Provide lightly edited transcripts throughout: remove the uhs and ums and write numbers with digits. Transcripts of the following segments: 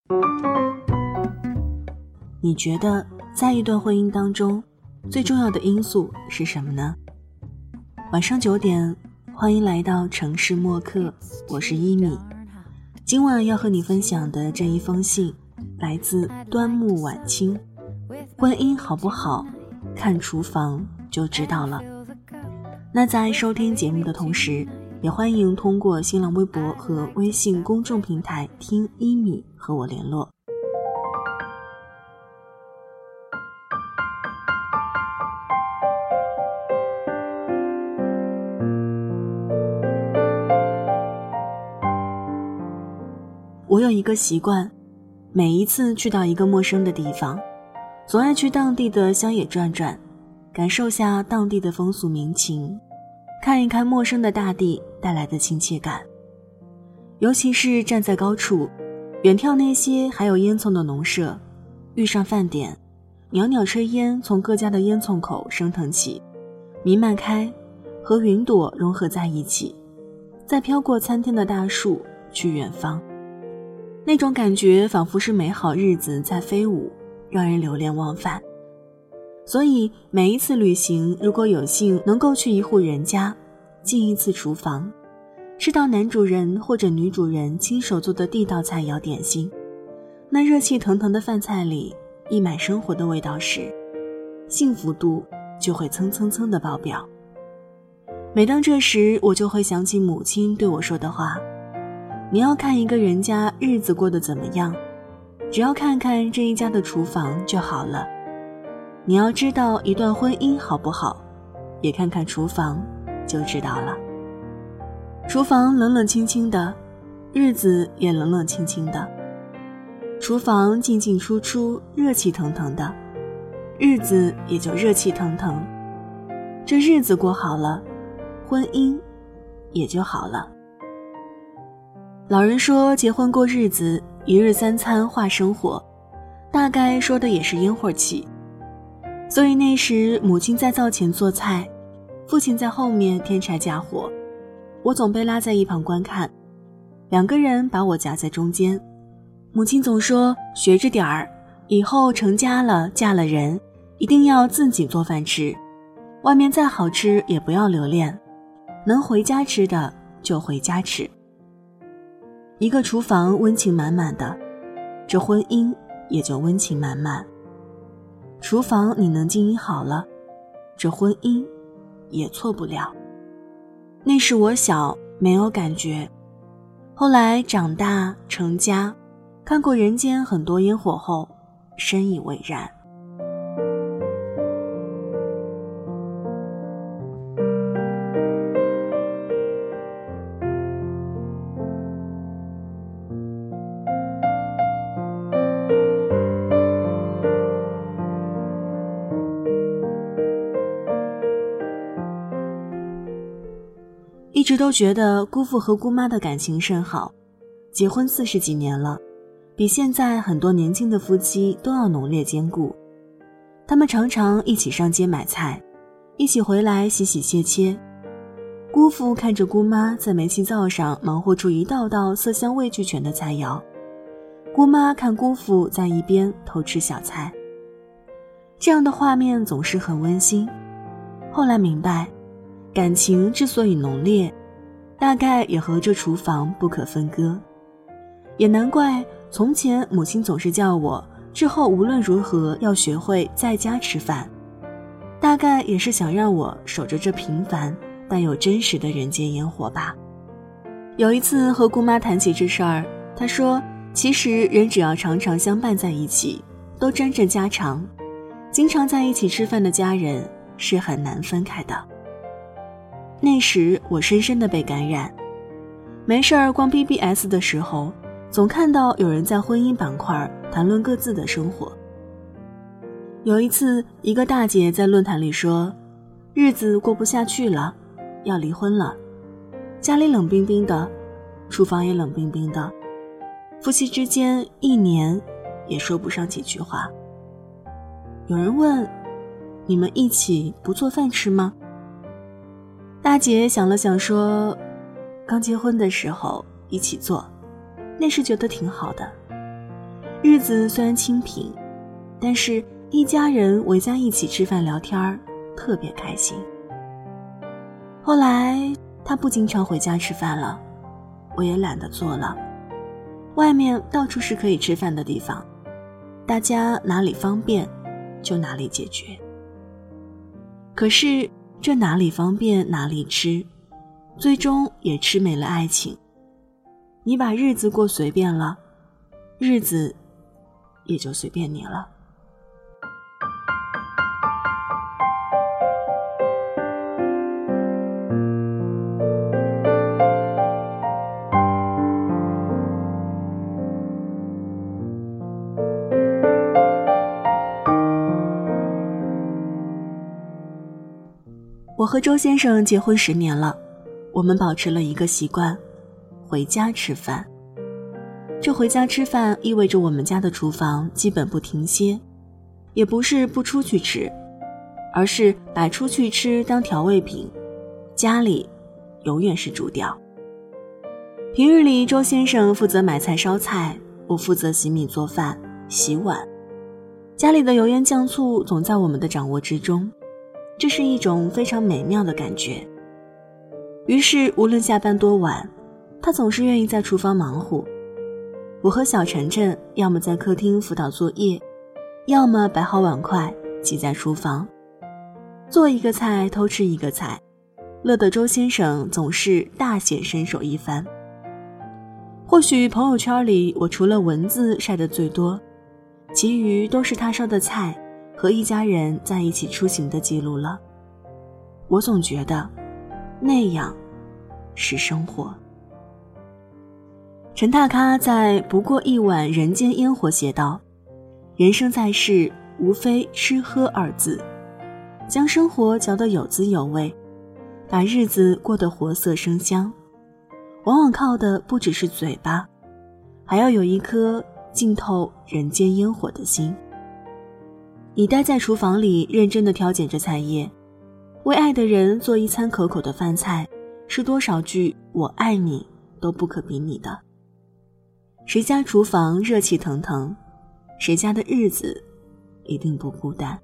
你觉得在一段婚姻当中，最重要的因素是什么呢？晚上9点，欢迎来到城市默客，我是一米。今晚要和你分享的这一封信，来自端木晚清。婚姻好不好，看厨房就知道了。那在收听节目的同时，也欢迎通过新浪微博和微信公众平台听一米和我联络。我有一个习惯，每一次去到一个陌生的地方，总爱去当地的乡野转转，感受下当地的风俗民情，看一看陌生的大地带来的亲切感。尤其是站在高处，远眺那些还有烟囱的农舍，遇上饭点，袅袅炊烟从各家的烟囱口升腾起，弥漫开，和云朵融合在一起，再飘过参天的大树去远方。那种感觉仿佛是美好日子在飞舞，让人流连忘返。所以每一次旅行，如果有幸能够去一户人家，进一次厨房，吃到男主人或者女主人亲手做的地道菜肴点心，那热气腾腾的饭菜里溢满生活的味道时，幸福度就会蹭蹭蹭的爆表。每当这时，我就会想起母亲对我说的话，你要看一个人家日子过得怎么样，只要看看这一家的厨房就好了。你要知道一段婚姻好不好，也看看厨房就知道了。厨房冷冷清清的，日子也冷冷清清的。厨房进进出出，热气腾腾的，日子也就热气腾腾。这日子过好了，婚姻也就好了。老人说结婚过日子，一日3餐话生活，大概说的也是烟火气。所以那时母亲在灶前做菜，父亲在后面添柴加火，我总被拉在一旁观看，2个人把我夹在中间。母亲总说学着点儿，以后成家了嫁了人，一定要自己做饭吃，外面再好吃也不要留恋，能回家吃的就回家吃。一个厨房温情满满的，这婚姻也就温情满满。厨房你能经营好了，这婚姻也错不了。那时我小，没有感觉，后来长大成家，看过人间很多烟火后，深以为然。一直都觉得姑父和姑妈的感情甚好，结婚40几年了，比现在很多年轻的夫妻都要浓烈坚固。他们常常一起上街买菜，一起回来洗洗切切。姑父看着姑妈在煤气灶上忙活出一道道色香味俱全的菜肴，姑妈看姑父在一边偷吃小菜。这样的画面总是很温馨。后来明白，感情之所以浓烈，大概也和这厨房不可分割。也难怪从前母亲总是叫我之后无论如何要学会在家吃饭，大概也是想让我守着这平凡但又真实的人间烟火吧。有一次和姑妈谈起这事儿，她说其实人只要常常相伴在一起，都沾着家常，经常在一起吃饭的家人是很难分开的。那时我深深地被感染，没事儿逛 BBS 的时候，总看到有人在婚姻板块谈论各自的生活。有一次，一个大姐在论坛里说，日子过不下去了，要离婚了，家里冷冰冰的，厨房也冷冰冰的，夫妻之间1年也说不上几句话。有人问，你们一起不做饭吃吗？大姐想了想说，刚结婚的时候一起做，那时觉得挺好的。 日子虽然清贫，但是一家人围在一起吃饭聊天，特别开心。后来他不经常回家吃饭了，我也懒得做了。外面到处是可以吃饭的地方，大家哪里方便就哪里解决。可是这哪里方便哪里吃，最终也吃没了爱情。你把日子过随便了，日子也就随便你了。我和周先生结婚10年了，我们保持了一个习惯，回家吃饭。这回家吃饭意味着我们家的厨房基本不停歇，也不是不出去吃，而是摆出去吃当调味品，家里永远是主调。平日里周先生负责买菜烧菜，我负责洗米做饭洗碗，家里的油盐酱醋总在我们的掌握之中，这是一种非常美妙的感觉。于是无论下班多晚，他总是愿意在厨房忙活。我和小晨晨要么在客厅辅导作业，要么摆好碗筷挤在厨房，做一个菜偷吃一个菜，乐得周先生总是大显身手一番。或许朋友圈里我除了文字晒得最多，其余都是他烧的菜和一家人在一起出行的记录了。我总觉得那样是生活。陈大咖在《不过一碗人间烟火》写道，人生在世无非吃喝二字，将生活嚼得有滋有味，把日子过得活色生香，往往靠的不只是嘴巴，还要有一颗浸透人间烟火的心。你待在厨房里认真地挑拣着菜叶，为爱的人做一餐可口的饭菜，是多少句我爱你都不可比拟的。谁家厨房热气腾腾，谁家的日子一定不孤单。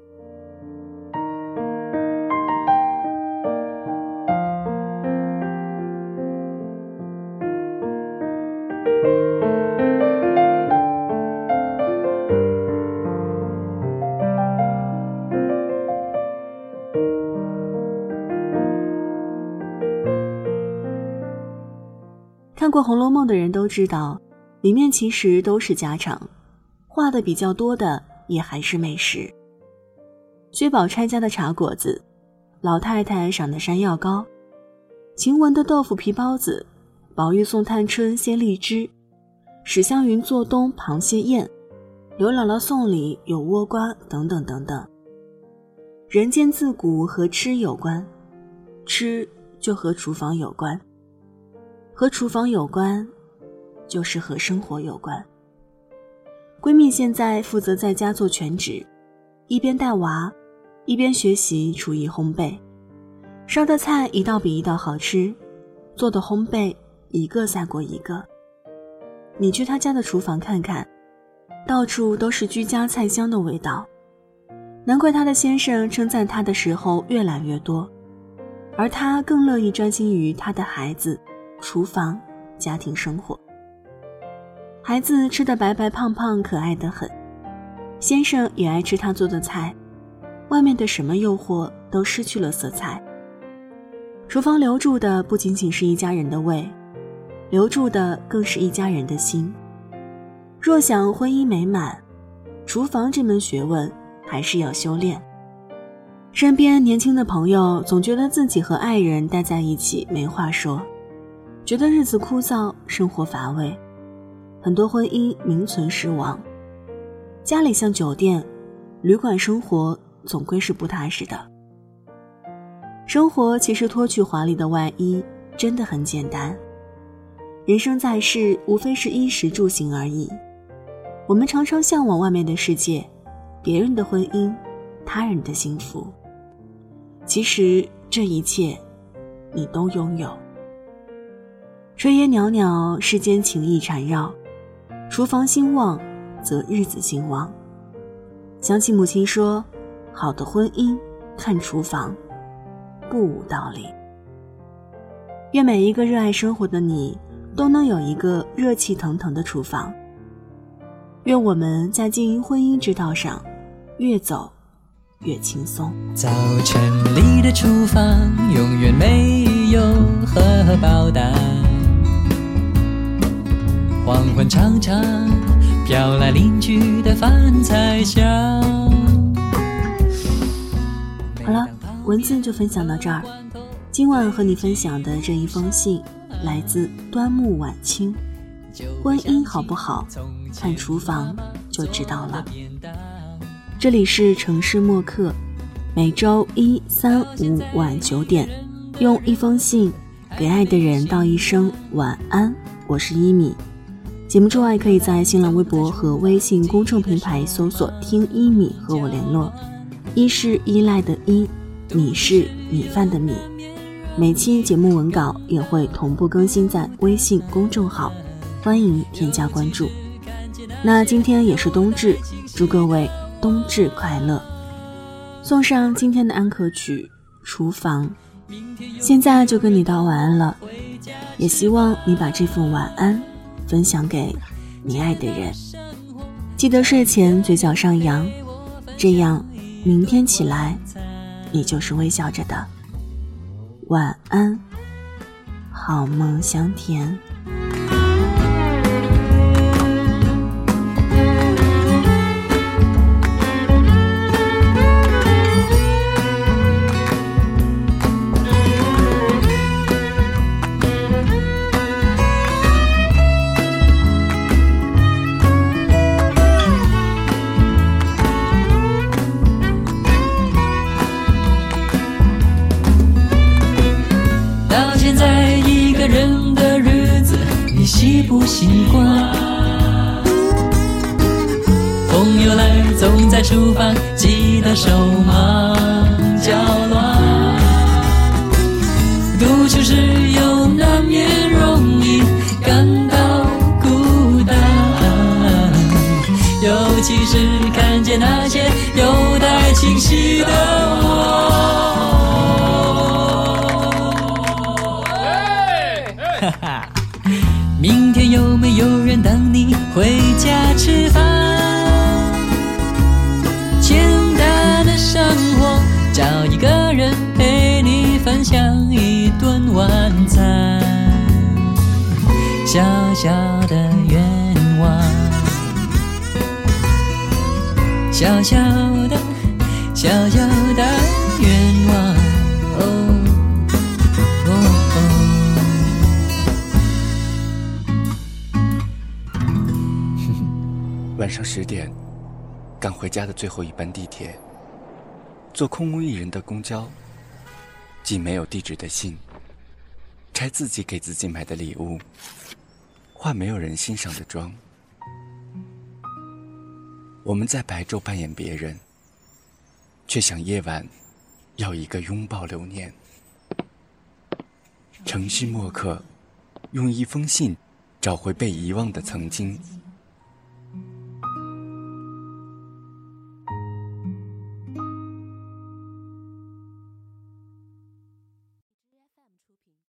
看过《红楼梦》的人都知道，里面其实都是家常，画的比较多的也还是美食。薛宝钗家的茶果子，老太太赏的山药糕，晴雯的豆腐皮包子，宝玉送探春鲜荔枝，史湘云做东螃蟹宴，刘姥姥送礼有倭瓜等等等等。人间自古和吃有关，吃就和厨房有关，和厨房有关就是和生活有关。闺蜜现在负责在家做全职，一边带娃一边学习厨艺烘焙，烧的菜一道比一道好吃，做的烘焙一个赛过一个。你去她家的厨房看看，到处都是居家菜香的味道，难怪她的先生称赞她的时候越来越多，而她更乐意专心于她的孩子、厨房、家庭生活。孩子吃得白白胖胖可爱得很，先生也爱吃他做的菜，外面的什么诱惑都失去了色彩。厨房留住的不仅仅是一家人的胃，留住的更是一家人的心。若想婚姻美满，厨房这门学问还是要修炼。身边年轻的朋友总觉得自己和爱人待在一起没话说，觉得日子枯燥，生活乏味，很多婚姻名存实亡。家里像酒店，旅馆生活总归是不踏实的。生活其实脱去华丽的外衣，真的很简单。人生在世，无非是衣食住行而已。我们常常向往外面的世界，别人的婚姻，他人的幸福。其实这一切你都拥有。炊烟袅袅，世间情意缠绕，厨房兴旺， 则日子兴旺。想起母亲说，好的婚姻看厨房，不无道理。愿每一个热爱生活的你都能有一个热气腾腾的厨房。愿我们在经营婚姻之道上越走越轻松。 早晨里的厨房永远没有荷包蛋，黄昏常常飘来邻居的饭菜香。 好了，文字就分享到这儿。今晚和你分享的这一封信来自端木晚清。婚姻好不好，看厨房就知道了。这里是城市默客，每周1、3、5晚9点，用一封信给爱的人道一声晚安。我是一米。节目之外，可以在新浪微博和微信公众平台搜索听一米和我联络。一是依赖的依，米是米饭的米。每期节目文稿也会同步更新在微信公众号，欢迎添加关注。那今天也是冬至，祝各位冬至快乐。送上今天的安可曲《厨房》，现在就跟你道晚安了，也希望你把这份晚安分享给你爱的人。记得睡前嘴角上扬，这样明天起来你就是微笑着的。晚安，好梦香甜。 习不习惯？朋友来总在厨房急得手忙脚乱，独处时又难免容易感到孤单，尤其是看见那些有待清洗的我。哈哈，明天有没有人等你回家吃饭？简单的生活，找一个人陪你分享一顿晚餐。小小的愿望，小小的愿望， 晚上10点，赶回家的最后一班地铁，坐空无一人的公交，寄没有地址的信，拆自己给自己买的礼物，化没有人欣赏的妆。我们在白昼扮演别人，却想夜晚要一个拥抱留念。城市默客，用一封信找回被遗忘的曾经。